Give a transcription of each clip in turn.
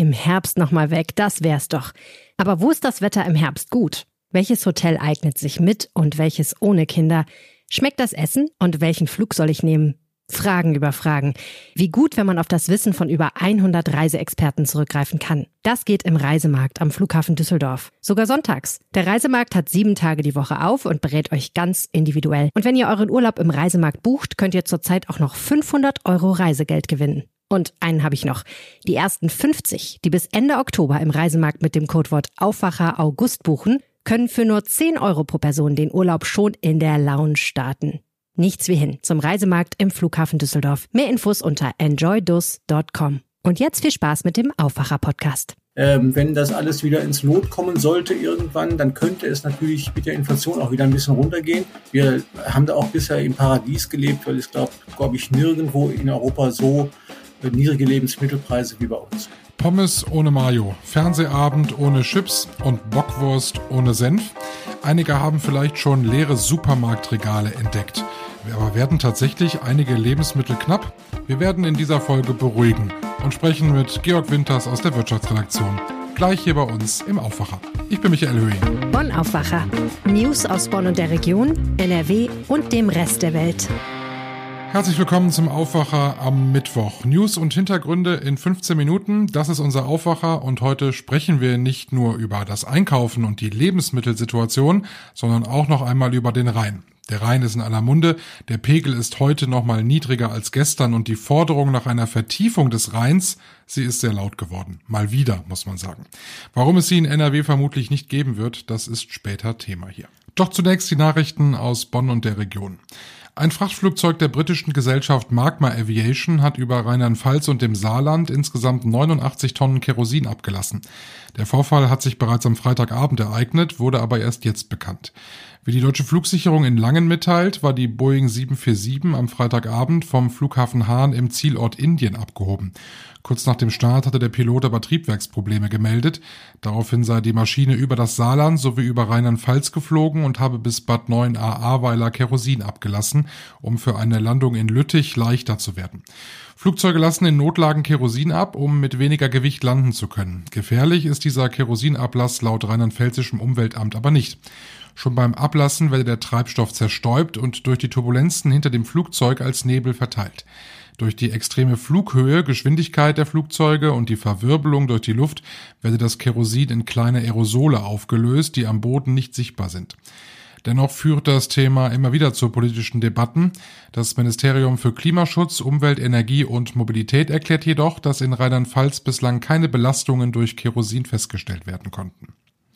im Herbst nochmal weg, das wär's doch. Aber wo ist das Wetter im Herbst gut? Welches Hotel eignet sich mit und welches ohne Kinder? Schmeckt das Essen und welchen Flug soll ich nehmen? Fragen über Fragen. Wie gut, wenn man auf das Wissen von über 100 Reiseexperten zurückgreifen kann. Das geht im Reisemarkt am Flughafen Düsseldorf. Sogar sonntags. Der Reisemarkt hat 7 Tage die Woche auf und berät euch ganz individuell. Und wenn ihr euren Urlaub im Reisemarkt bucht, könnt ihr zurzeit auch noch 500 € Reisegeld gewinnen. Und einen habe ich noch. Die ersten 50, die bis Ende Oktober im Reisemarkt mit dem Codewort Aufwacher August buchen, können für nur 10 € pro Person den Urlaub schon in der Lounge starten. Nichts wie hin zum Reisemarkt im Flughafen Düsseldorf. Mehr Infos unter enjoydus.com. Und jetzt viel Spaß mit dem Aufwacher-Podcast. Wenn das alles wieder ins Lot kommen sollte irgendwann, dann könnte es natürlich mit der Inflation auch wieder ein bisschen runtergehen. Wir haben da auch bisher im Paradies gelebt, weil es glaube ich, nirgendwo in Europa so niedrige Lebensmittelpreise wie bei uns. Pommes ohne Mayo, Fernsehabend ohne Chips und Bockwurst ohne Senf. Einige haben vielleicht schon leere Supermarktregale entdeckt. Aber werden tatsächlich einige Lebensmittel knapp? Wir werden in dieser Folge beruhigen und sprechen mit Georg Winters aus der Wirtschaftsredaktion. Gleich hier bei uns im Aufwacher. Ich bin Michael Höhing. Bonn Aufwacher. News aus Bonn und der Region, NRW und dem Rest der Welt. Herzlich willkommen zum Aufwacher am Mittwoch. News und Hintergründe in 15 Minuten. Das ist unser Aufwacher und heute sprechen wir nicht nur über das Einkaufen und die Lebensmittelsituation, sondern auch noch einmal über den Rhein. Der Rhein ist in aller Munde, der Pegel ist heute noch mal niedriger als gestern und die Forderung nach einer Vertiefung des Rheins, sie ist sehr laut geworden. Mal wieder, muss man sagen. Warum es sie in NRW vermutlich nicht geben wird, das ist später Thema hier. Doch zunächst die Nachrichten aus Bonn und der Region. Ein Frachtflugzeug der britischen Gesellschaft Magma Aviation hat über Rheinland-Pfalz und dem Saarland insgesamt 89 Tonnen Kerosin abgelassen. Der Vorfall hat sich bereits am Freitagabend ereignet, wurde aber erst jetzt bekannt. Wie die Deutsche Flugsicherung in Langen mitteilt, war die Boeing 747 am Freitagabend vom Flughafen Hahn im Zielort Indien abgehoben. Kurz nach dem Start hatte der Pilot aber Triebwerksprobleme gemeldet. Daraufhin sei die Maschine über das Saarland sowie über Rheinland-Pfalz geflogen und habe bis Bad 9a-Ahrweiler Kerosin abgelassen, um für eine Landung in Lüttich leichter zu werden. Flugzeuge lassen in Notlagen Kerosin ab, um mit weniger Gewicht landen zu können. Gefährlich ist dieser Kerosinablass laut rheinland-pfälzischem Umweltamt aber nicht. Schon beim Ablassen werde der Treibstoff zerstäubt und durch die Turbulenzen hinter dem Flugzeug als Nebel verteilt. Durch die extreme Flughöhe, Geschwindigkeit der Flugzeuge und die Verwirbelung durch die Luft werde das Kerosin in kleine Aerosole aufgelöst, die am Boden nicht sichtbar sind. Dennoch führt das Thema immer wieder zu politischen Debatten. Das Ministerium für Klimaschutz, Umwelt, Energie und Mobilität erklärt jedoch, dass in Rheinland-Pfalz bislang keine Belastungen durch Kerosin festgestellt werden konnten.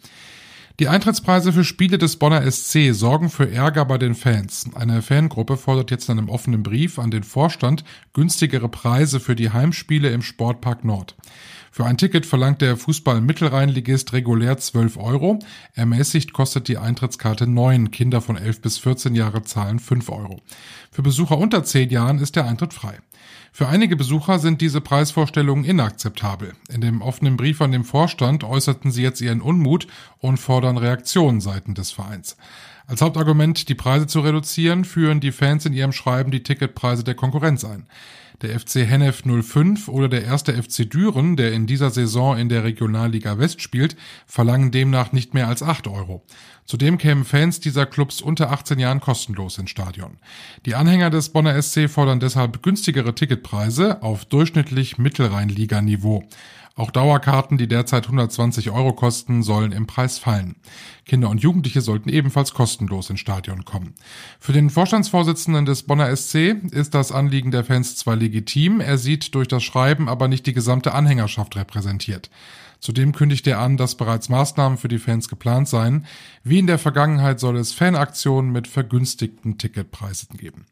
Die Eintrittspreise für Spiele des Bonner SC sorgen für Ärger bei den Fans. Eine Fangruppe fordert jetzt in einem offenen Brief an den Vorstand günstigere Preise für die Heimspiele im Sportpark Nord. Für ein Ticket verlangt der Fußball-Mittelrheinligist regulär 12 €. Ermäßigt kostet die Eintrittskarte 9. Kinder von 11 bis 14 Jahre zahlen 5 €. Für Besucher unter 10 Jahren ist der Eintritt frei. Für einige Besucher sind diese Preisvorstellungen inakzeptabel. In dem offenen Brief an den Vorstand äußerten sie jetzt ihren Unmut und fordern Reaktionen seitens des Vereins. Als Hauptargument, die Preise zu reduzieren, führen die Fans in ihrem Schreiben die Ticketpreise der Konkurrenz ein. Der FC Hennef 05 oder der 1. FC Düren, der in dieser Saison in der Regionalliga West spielt, verlangen demnach nicht mehr als 8 €. Zudem kämen Fans dieser Clubs unter 18 Jahren kostenlos ins Stadion. Die Anhänger des Bonner SC fordern deshalb günstigere Ticketpreise auf durchschnittlich Mittelrheinliga-Niveau. Auch Dauerkarten, die derzeit 120 € kosten, sollen im Preis fallen. Kinder und Jugendliche sollten ebenfalls kostenlos ins Stadion kommen. Für den Vorstandsvorsitzenden des Bonner SC ist das Anliegen der Fans zwar legitim, er sieht durch das Schreiben aber nicht die gesamte Anhängerschaft repräsentiert. Zudem kündigt er an, dass bereits Maßnahmen für die Fans geplant seien. Wie in der Vergangenheit soll es Fanaktionen mit vergünstigten Ticketpreisen geben.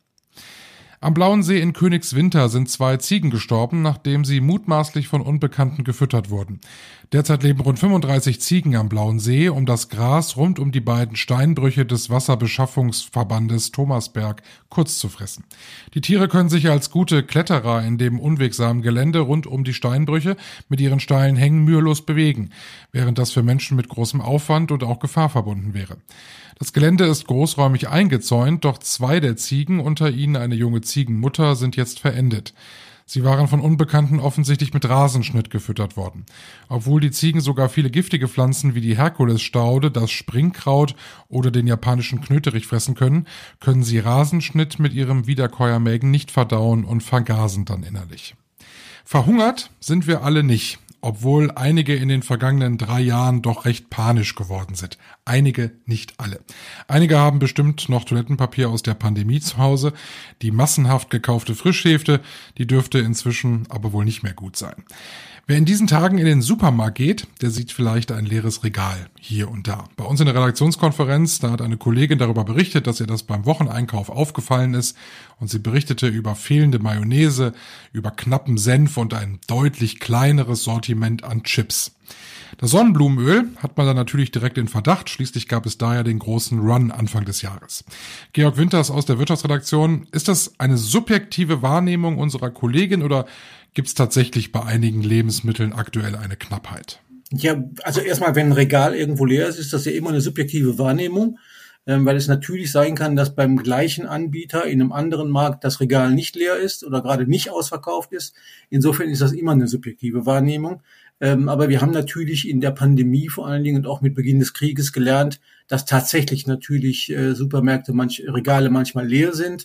Am Blauen See in Königswinter sind 2 Ziegen gestorben, nachdem sie mutmaßlich von Unbekannten gefüttert wurden. Derzeit leben rund 35 Ziegen am Blauen See, um das Gras rund um die beiden Steinbrüche des Wasserbeschaffungsverbandes Thomasberg kurz zu fressen. Die Tiere können sich als gute Kletterer in dem unwegsamen Gelände rund um die Steinbrüche mit ihren steilen Hängen mühelos bewegen, während das für Menschen mit großem Aufwand und auch Gefahr verbunden wäre. Das Gelände ist großräumig eingezäunt, doch 2 der Ziegen, unter ihnen eine junge Ziegenmutter, sind jetzt verendet. Sie waren von Unbekannten offensichtlich mit Rasenschnitt gefüttert worden. Obwohl die Ziegen sogar viele giftige Pflanzen wie die Herkulesstaude, das Springkraut oder den japanischen Knöterich fressen können, können sie Rasenschnitt mit ihrem Wiederkäuermägen nicht verdauen und vergasen dann innerlich. Verhungert sind wir alle nicht, obwohl einige in den vergangenen 3 Jahren doch recht panisch geworden sind. Einige, nicht alle. Einige haben bestimmt noch Toilettenpapier aus der Pandemie zu Hause. Die massenhaft gekaufte Frischhälfte, die dürfte inzwischen aber wohl nicht mehr gut sein. Wer in diesen Tagen in den Supermarkt geht, der sieht vielleicht ein leeres Regal hier und da. Bei uns in der Redaktionskonferenz, da hat eine Kollegin darüber berichtet, dass ihr das beim Wocheneinkauf aufgefallen ist, und sie berichtete über fehlende Mayonnaise, über knappen Senf und ein deutlich kleineres Sortiment an Chips. Das Sonnenblumenöl hat man dann natürlich direkt in Verdacht, schließlich gab es da ja den großen Run Anfang des Jahres. Georg Winters aus der Wirtschaftsredaktion, ist das eine subjektive Wahrnehmung unserer Kollegin oder gibt es tatsächlich bei einigen Lebensmitteln aktuell eine Knappheit? Ja, also erstmal, wenn ein Regal irgendwo leer ist das ja immer eine subjektive Wahrnehmung, weil es natürlich sein kann, dass beim gleichen Anbieter in einem anderen Markt das Regal nicht leer ist oder gerade nicht ausverkauft ist. Insofern ist das immer eine subjektive Wahrnehmung. Aber wir haben natürlich in der Pandemie vor allen Dingen und auch mit Beginn des Krieges gelernt, dass tatsächlich natürlich Supermärkte, Regale manchmal leer sind,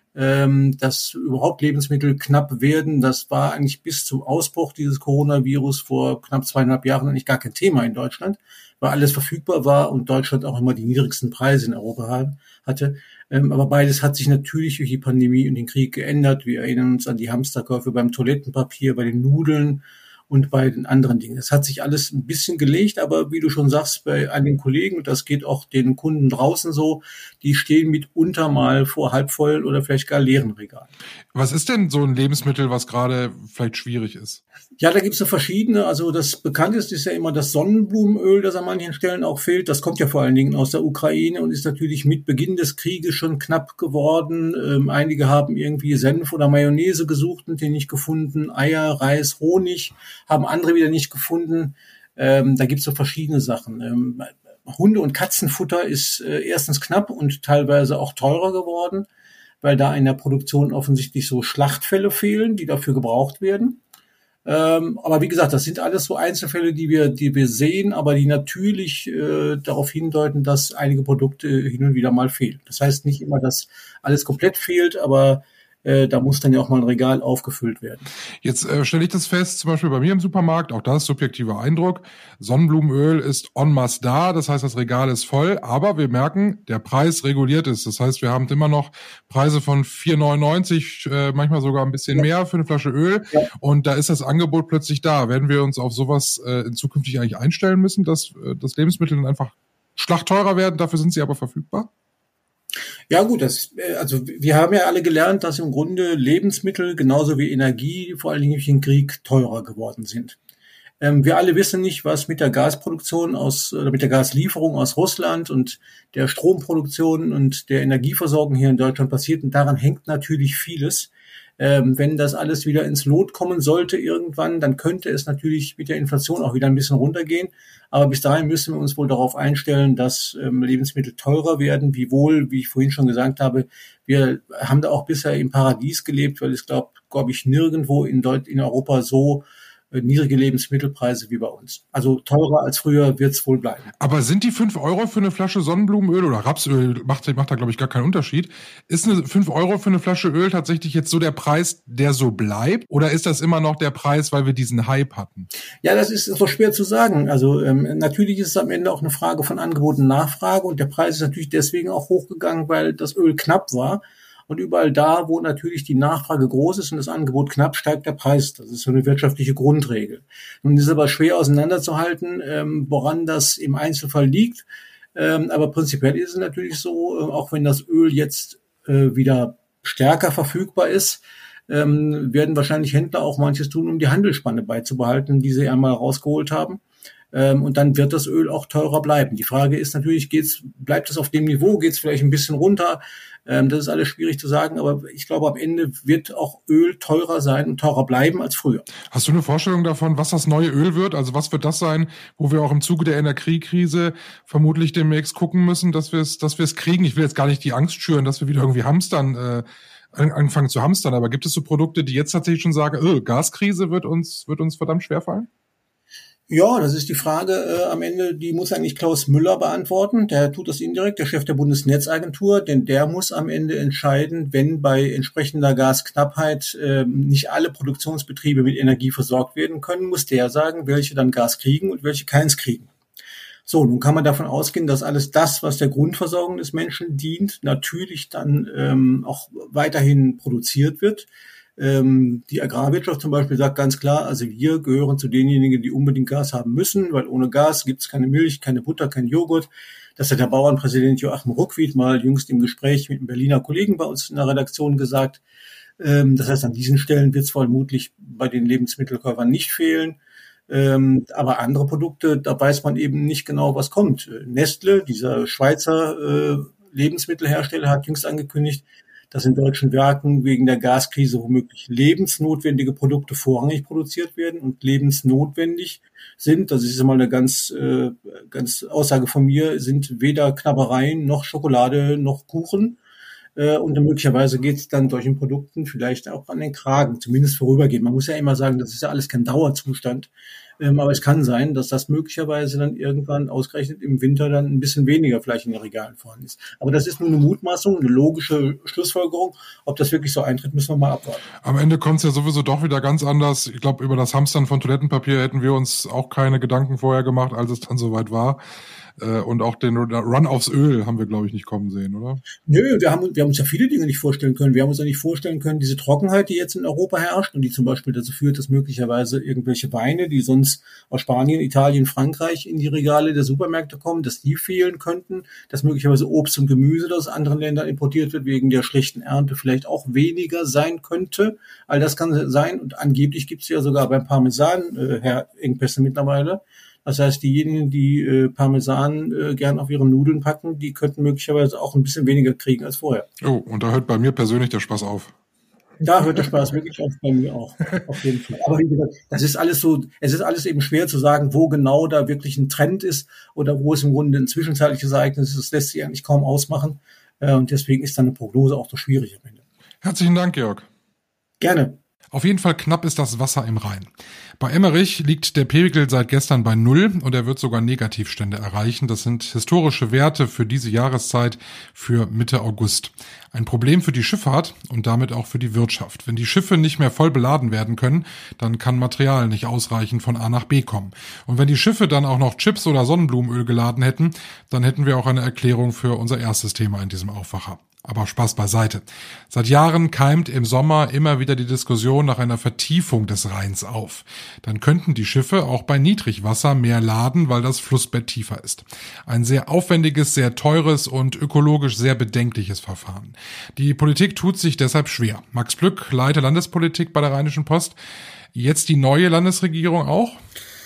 dass überhaupt Lebensmittel knapp werden. Das war eigentlich bis zum Ausbruch dieses Coronavirus vor knapp 2,5 Jahren eigentlich gar kein Thema in Deutschland, weil alles verfügbar war und Deutschland auch immer die niedrigsten Preise in Europa hatte. Aber beides hat sich natürlich durch die Pandemie und den Krieg geändert. Wir erinnern uns an die Hamsterkäufe beim Toilettenpapier, bei den Nudeln und bei den anderen Dingen. Es hat sich alles ein bisschen gelegt, aber wie du schon sagst, bei einigen Kollegen, und das geht auch den Kunden draußen so, die stehen mitunter mal vor halbvollen oder vielleicht gar leeren Regalen. Was ist denn so ein Lebensmittel, was gerade vielleicht schwierig ist? Ja, da gibt es so verschiedene. Also das bekannteste ist ja immer das Sonnenblumenöl, das an manchen Stellen auch fehlt. Das kommt ja vor allen Dingen aus der Ukraine und ist natürlich mit Beginn des Krieges schon knapp geworden. Einige haben irgendwie Senf oder Mayonnaise gesucht und den nicht gefunden. Eier, Reis, Honig haben andere wieder nicht gefunden. Da gibt es so verschiedene Sachen. Hunde- und Katzenfutter ist erstens knapp und teilweise auch teurer geworden, weil da in der Produktion offensichtlich so Schlachtfelle fehlen, die dafür gebraucht werden. Aber wie gesagt, das sind alles so Einzelfälle, die wir sehen, aber die natürlich darauf hindeuten, dass einige Produkte hin und wieder mal fehlen. Das heißt nicht immer, dass alles komplett fehlt, aber da muss dann ja auch mal ein Regal aufgefüllt werden. Jetzt stelle ich das fest, zum Beispiel bei mir im Supermarkt, auch das ist subjektiver Eindruck, Sonnenblumenöl ist en masse da, das heißt, das Regal ist voll, aber wir merken, der Preis reguliert ist. Das heißt, wir haben immer noch Preise von 4,99, manchmal sogar ein bisschen mehr für eine Flasche Öl, und da ist das Angebot plötzlich da. Werden wir uns auf sowas zukünftig eigentlich einstellen müssen, dass Lebensmittel dann einfach schlachtteurer werden, dafür sind sie aber verfügbar? Ja gut, also wir haben ja alle gelernt, dass im Grunde Lebensmittel genauso wie Energie vor allen Dingen durch den Krieg teurer geworden sind. Wir alle wissen nicht, was mit der Gasproduktion oder mit der Gaslieferung aus Russland und der Stromproduktion und der Energieversorgung hier in Deutschland passiert. Und daran hängt natürlich vieles. Wenn das alles wieder ins Lot kommen sollte irgendwann, dann könnte es natürlich mit der Inflation auch wieder ein bisschen runtergehen. Aber bis dahin müssen wir uns wohl darauf einstellen, dass Lebensmittel teurer werden, wiewohl, wie ich vorhin schon gesagt habe, wir haben da auch bisher im Paradies gelebt, weil es glaube ich, nirgendwo in Europa so niedrige Lebensmittelpreise wie bei uns. Also teurer als früher wird es wohl bleiben. Aber sind die 5 Euro für eine Flasche Sonnenblumenöl oder Rapsöl, macht da glaube ich gar keinen Unterschied. Ist 5 Euro für eine Flasche Öl tatsächlich jetzt so der Preis, der so bleibt? Oder ist das immer noch der Preis, weil wir diesen Hype hatten? Ja, das ist so schwer zu sagen. Also natürlich ist es am Ende auch eine Frage von Angebot und Nachfrage, und der Preis ist natürlich deswegen auch hochgegangen, weil das Öl knapp war. Und überall da, wo natürlich die Nachfrage groß ist und das Angebot knapp, steigt der Preis. Das ist so eine wirtschaftliche Grundregel. Nun ist es aber schwer auseinanderzuhalten, woran das im Einzelfall liegt. Aber prinzipiell ist es natürlich so, auch wenn das Öl jetzt wieder stärker verfügbar ist, werden wahrscheinlich Händler auch manches tun, um die Handelsspanne beizubehalten, die sie einmal rausgeholt haben. Und dann wird das Öl auch teurer bleiben. Die Frage ist natürlich, bleibt es auf dem Niveau, geht es vielleicht ein bisschen runter? Das ist alles schwierig zu sagen, aber ich glaube, am Ende wird auch Öl teurer sein und teurer bleiben als früher. Hast du eine Vorstellung davon, was das neue Öl wird? Also was wird das sein, wo wir auch im Zuge der Energiekrise vermutlich demnächst gucken müssen, dass wir es kriegen? Ich will jetzt gar nicht die Angst schüren, dass wir wieder irgendwie hamstern angefangen zu hamstern, aber gibt es so Produkte, die jetzt tatsächlich schon sagen, Gaskrise wird uns verdammt schwerfallen? Ja, das ist die Frage am Ende, die muss eigentlich Klaus Müller beantworten. Der tut das indirekt, der Chef der Bundesnetzagentur, denn der muss am Ende entscheiden, wenn bei entsprechender Gasknappheit nicht alle Produktionsbetriebe mit Energie versorgt werden können, muss der sagen, welche dann Gas kriegen und welche keins kriegen. So, nun kann man davon ausgehen, dass alles das, was der Grundversorgung des Menschen dient, natürlich dann auch weiterhin produziert wird. Die Agrarwirtschaft zum Beispiel sagt ganz klar, also wir gehören zu denjenigen, die unbedingt Gas haben müssen, weil ohne Gas gibt es keine Milch, keine Butter, kein Joghurt. Das hat der Bauernpräsident Joachim Ruckwied mal jüngst im Gespräch mit einem Berliner Kollegen bei uns in der Redaktion gesagt. Das heißt, an diesen Stellen wird es vermutlich bei den Lebensmittelkäufern nicht fehlen. Aber andere Produkte, da weiß man eben nicht genau, was kommt. Nestle, dieser Schweizer Lebensmittelhersteller, hat jüngst angekündigt, dass in deutschen Werken wegen der Gaskrise womöglich lebensnotwendige Produkte vorrangig produziert werden und lebensnotwendig sind. Das ist mal eine ganz Aussage von mir, sind weder Knabbereien noch Schokolade noch Kuchen. Und möglicherweise geht es dann solchen Produkten vielleicht auch an den Kragen, zumindest vorübergehend. Man muss ja immer sagen, das ist ja alles kein Dauerzustand. Aber es kann sein, dass das möglicherweise dann irgendwann ausgerechnet im Winter dann ein bisschen weniger vielleicht in den Regalen vorhanden ist. Aber das ist nur eine Mutmaßung, eine logische Schlussfolgerung. Ob das wirklich so eintritt, müssen wir mal abwarten. Am Ende kommt es ja sowieso doch wieder ganz anders. Ich glaube, über das Hamstern von Toilettenpapier hätten wir uns auch keine Gedanken vorher gemacht, als es dann soweit war. Und auch den Run aufs Öl haben wir, glaube ich, nicht kommen sehen, oder? Nö, wir haben uns ja viele Dinge nicht vorstellen können. Wir haben uns ja nicht vorstellen können, diese Trockenheit, die jetzt in Europa herrscht und die zum Beispiel dazu führt, dass möglicherweise irgendwelche Weine, die sonst aus Spanien, Italien, Frankreich in die Regale der Supermärkte kommen, dass die fehlen könnten, dass möglicherweise Obst und Gemüse, das aus anderen Ländern importiert wird, wegen der schlechten Ernte vielleicht auch weniger sein könnte. All das kann sein und angeblich gibt es ja sogar beim Parmesan Engpässe mittlerweile. Das heißt, diejenigen, die Parmesan gern auf ihre Nudeln packen, die könnten möglicherweise auch ein bisschen weniger kriegen als vorher. Oh, und da hört bei mir persönlich der Spaß auf. Da hört der Spaß wirklich auf, bei mir auch, auf jeden Fall. Aber wie gesagt, das ist alles so, es ist alles eben schwer zu sagen, wo genau da wirklich ein Trend ist oder wo es im Grunde ein zwischenzeitliches Ereignis ist. Das lässt sich eigentlich kaum ausmachen. Und deswegen ist dann eine Prognose auch so schwierig am Ende. Herzlichen Dank, Georg. Gerne. Auf jeden Fall knapp ist das Wasser im Rhein. Bei Emmerich liegt der Pegel seit gestern bei 0 und er wird sogar Negativstände erreichen. Das sind historische Werte für diese Jahreszeit für Mitte August. Ein Problem für die Schifffahrt und damit auch für die Wirtschaft. Wenn die Schiffe nicht mehr voll beladen werden können, dann kann Material nicht ausreichend von A nach B kommen. Und wenn die Schiffe dann auch noch Chips oder Sonnenblumenöl geladen hätten, dann hätten wir auch eine Erklärung für unser erstes Thema in diesem Aufwacher. Aber Spaß beiseite. Seit Jahren keimt im Sommer immer wieder die Diskussion nach einer Vertiefung des Rheins auf. Dann könnten die Schiffe auch bei Niedrigwasser mehr laden, weil das Flussbett tiefer ist. Ein sehr aufwendiges, sehr teures und ökologisch sehr bedenkliches Verfahren. Die Politik tut sich deshalb schwer. Max Plück, Leiter Landespolitik bei der Rheinischen Post. Jetzt die neue Landesregierung auch?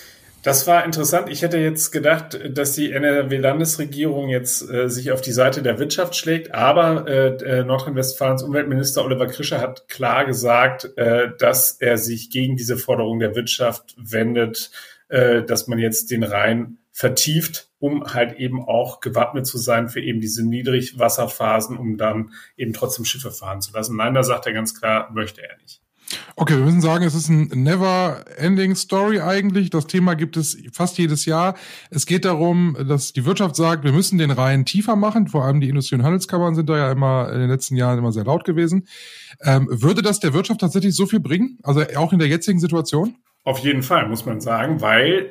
Das war interessant. Ich hätte jetzt gedacht, dass die NRW-Landesregierung jetzt sich auf die Seite der Wirtschaft schlägt. Aber Nordrhein-Westfalens Umweltminister Oliver Krischer hat klar gesagt, dass er sich gegen diese Forderung der Wirtschaft wendet, dass man jetzt den Rhein vertieft, um halt eben auch gewappnet zu sein für eben diese Niedrigwasserphasen, um dann eben trotzdem Schiffe fahren zu lassen. Nein, da sagt er ganz klar, möchte er nicht. Okay, wir müssen sagen, es ist ein never-ending Story eigentlich. Das Thema gibt es fast jedes Jahr. Es geht darum, dass die Wirtschaft sagt, wir müssen den Rhein tiefer machen. Vor allem die Industrie- und Handelskammern sind da ja immer in den letzten Jahren immer sehr laut gewesen. Würde das der Wirtschaft tatsächlich so viel bringen? Also auch in der jetzigen Situation? Auf jeden Fall, muss man sagen, weil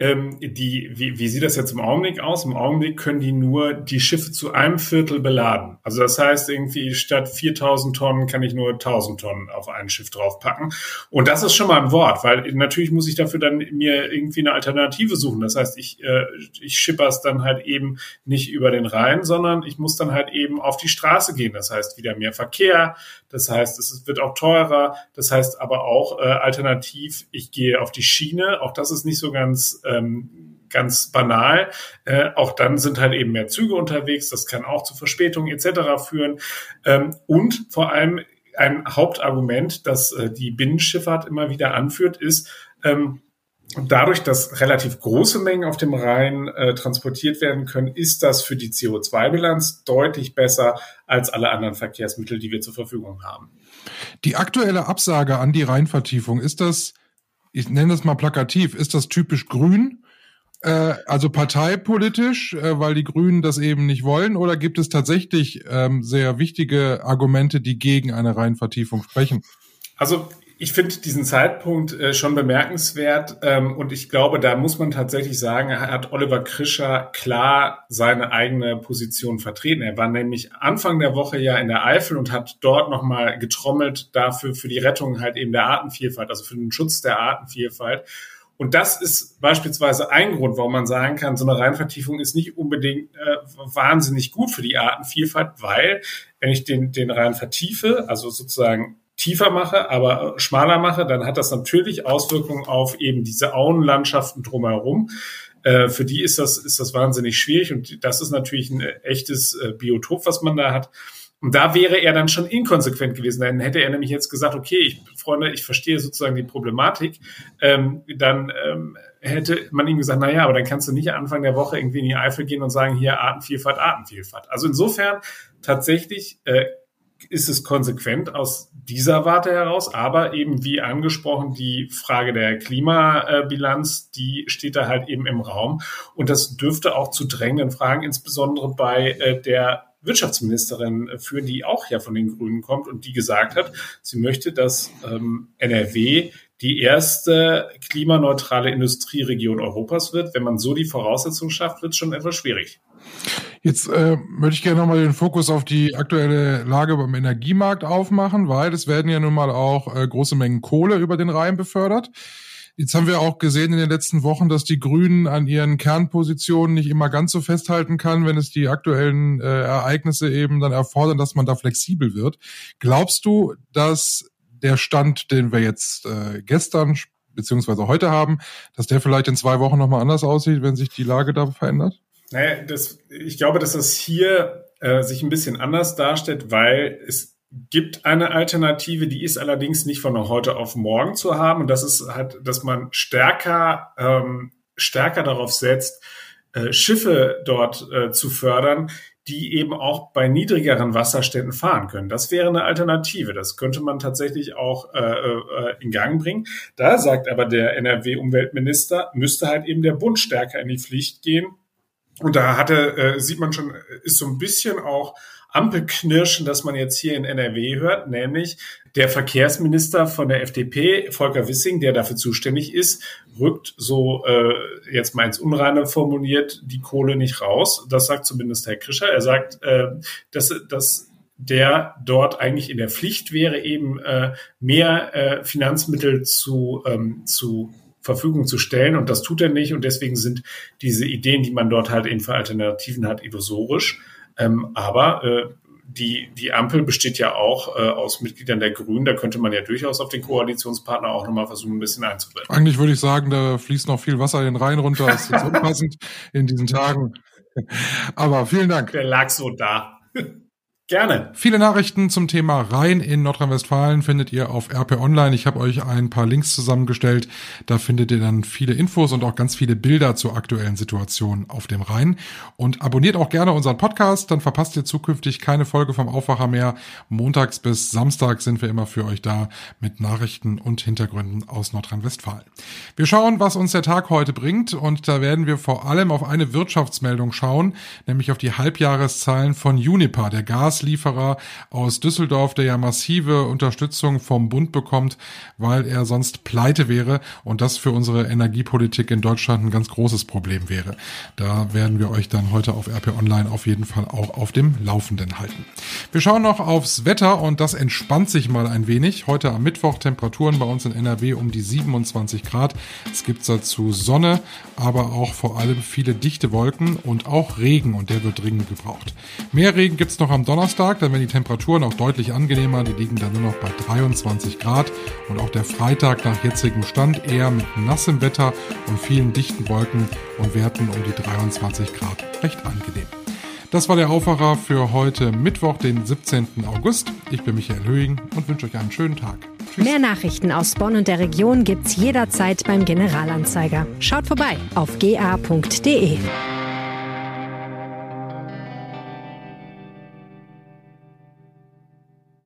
wie sieht das jetzt im Augenblick aus? Im Augenblick können die nur die Schiffe zu einem Viertel beladen. Also das heißt, irgendwie statt 4.000 Tonnen kann ich nur 1.000 Tonnen auf ein Schiff draufpacken. Und das ist schon mal ein Wort, weil natürlich muss ich dafür dann mir irgendwie eine Alternative suchen. Das heißt, ich schipper es dann halt eben nicht über den Rhein, sondern ich muss dann halt eben auf die Straße gehen. Das heißt, wieder mehr Verkehr. Das heißt, es wird auch teurer. Das heißt aber auch alternativ, ich gehe auf die Schiene, auch das ist nicht so ganz banal. Auch dann sind halt eben mehr Züge unterwegs, das kann auch zu Verspätungen etc. führen. Und vor allem ein Hauptargument, das die Binnenschifffahrt immer wieder anführt, ist, Und dadurch, dass relativ große Mengen auf dem Rhein transportiert werden können, ist das für die CO2-Bilanz deutlich besser als alle anderen Verkehrsmittel, die wir zur Verfügung haben. Die aktuelle Absage an die Rheinvertiefung, ist das, ich nenne das mal plakativ, ist das typisch grün? Also parteipolitisch, weil die Grünen das eben nicht wollen? Oder gibt es tatsächlich sehr wichtige Argumente, die gegen eine Rheinvertiefung sprechen? Also ich finde diesen Zeitpunkt schon bemerkenswert und ich glaube, da muss man tatsächlich sagen, hat Oliver Krischer klar seine eigene Position vertreten. Er war nämlich Anfang der Woche ja in der Eifel und hat dort nochmal getrommelt dafür für die Rettung halt eben der Artenvielfalt, also für den Schutz der Artenvielfalt. Und das ist beispielsweise ein Grund, warum man sagen kann, so eine Rheinvertiefung ist nicht unbedingt wahnsinnig gut für die Artenvielfalt, weil wenn ich den Rhein vertiefe, also sozusagen tiefer mache, aber schmaler mache, dann hat das natürlich Auswirkungen auf eben diese Auenlandschaften drumherum. Für die ist das wahnsinnig schwierig und das ist natürlich ein echtes Biotop, was man da hat. Und da wäre er dann schon inkonsequent gewesen. Dann hätte er nämlich jetzt gesagt, okay, Freunde, ich verstehe sozusagen die Problematik. Dann hätte man ihm gesagt, naja, aber dann kannst du nicht Anfang der Woche irgendwie in die Eifel gehen und sagen, hier Artenvielfalt, Artenvielfalt. Also insofern tatsächlich ist es konsequent aus dieser Warte heraus, aber eben wie angesprochen, die Frage der Klimabilanz, die steht da halt eben im Raum und das dürfte auch zu drängenden Fragen, insbesondere bei der Wirtschaftsministerin führen, die auch ja von den Grünen kommt und die gesagt hat, sie möchte, dass NRW die erste klimaneutrale Industrieregion Europas wird. Wenn man so die Voraussetzungen schafft, wird es schon etwas schwierig. Jetzt möchte ich gerne nochmal den Fokus auf die aktuelle Lage beim Energiemarkt aufmachen, weil es werden ja nun mal auch große Mengen Kohle über den Rhein befördert. Jetzt haben wir auch gesehen in den letzten Wochen, dass die Grünen an ihren Kernpositionen nicht immer ganz so festhalten kann, wenn es die aktuellen Ereignisse eben dann erfordern, dass man da flexibel wird. Glaubst du, dass der Stand, den wir jetzt gestern beziehungsweise heute haben, dass der vielleicht in 2 Wochen nochmal anders aussieht, wenn sich die Lage da verändert? Naja, ich glaube, dass das hier sich ein bisschen anders darstellt, weil es gibt eine Alternative, die ist allerdings nicht von heute auf morgen zu haben. Und das ist halt, dass man stärker darauf setzt, Schiffe dort zu fördern, die eben auch bei niedrigeren Wasserständen fahren können. Das wäre eine Alternative. Das könnte man tatsächlich auch in Gang bringen. Da sagt aber der NRW-Umweltminister, müsste halt eben der Bund stärker in die Pflicht gehen. Und da sieht man schon, ist so ein bisschen auch Ampelknirschen, das man jetzt hier in NRW hört, nämlich der Verkehrsminister von der FDP, Volker Wissing, der dafür zuständig ist, rückt so jetzt mal ins Unreine formuliert die Kohle nicht raus. Das sagt zumindest Herr Krischer. Er sagt, dass der dort eigentlich in der Pflicht wäre, eben mehr Finanzmittel zu Verfügung zu stellen und das tut er nicht und deswegen sind diese Ideen, die man dort halt eben für Alternativen hat, illusorisch. Aber die Ampel besteht ja auch aus Mitgliedern der Grünen. Da könnte man ja durchaus auf den Koalitionspartner auch nochmal versuchen, ein bisschen einzubinden. Eigentlich würde ich sagen, da fließt noch viel Wasser in den Rhein runter. Das ist jetzt unpassend in diesen Tagen. Aber vielen Dank. Der lag so da. Gerne. Viele Nachrichten zum Thema Rhein in Nordrhein-Westfalen findet ihr auf RP Online. Ich habe euch ein paar Links zusammengestellt. Da findet ihr dann viele Infos und auch ganz viele Bilder zur aktuellen Situation auf dem Rhein. Und abonniert auch gerne unseren Podcast, dann verpasst ihr zukünftig keine Folge vom Aufwacher mehr. Montags bis Samstag sind wir immer für euch da mit Nachrichten und Hintergründen aus Nordrhein-Westfalen. Wir schauen, was uns der Tag heute bringt und da werden wir vor allem auf eine Wirtschaftsmeldung schauen, nämlich auf die Halbjahreszahlen von Uniper, der Gaslieferer aus Düsseldorf, der ja massive Unterstützung vom Bund bekommt, weil er sonst pleite wäre und das für unsere Energiepolitik in Deutschland ein ganz großes Problem wäre. Da werden wir euch dann heute auf RP Online auf jeden Fall auch auf dem Laufenden halten. Wir schauen noch aufs Wetter und das entspannt sich mal ein wenig. Heute am Mittwoch Temperaturen bei uns in NRW um die 27 Grad. Es gibt dazu Sonne, aber auch vor allem viele dichte Wolken und auch Regen und der wird dringend gebraucht. Mehr Regen gibt's noch am Donnerstag, dann werden die Temperaturen auch deutlich angenehmer, die liegen dann nur noch bei 23 Grad und auch der Freitag nach jetzigem Stand eher mit nassem Wetter und vielen dichten Wolken und Werten um die 23 Grad recht angenehm. Das war der Aufwacher für heute Mittwoch, den 17. August. Ich bin Michael Höhing und wünsche euch einen schönen Tag. Mehr Nachrichten aus Bonn und der Region gibt's jederzeit beim Generalanzeiger. Schaut vorbei auf ga.de.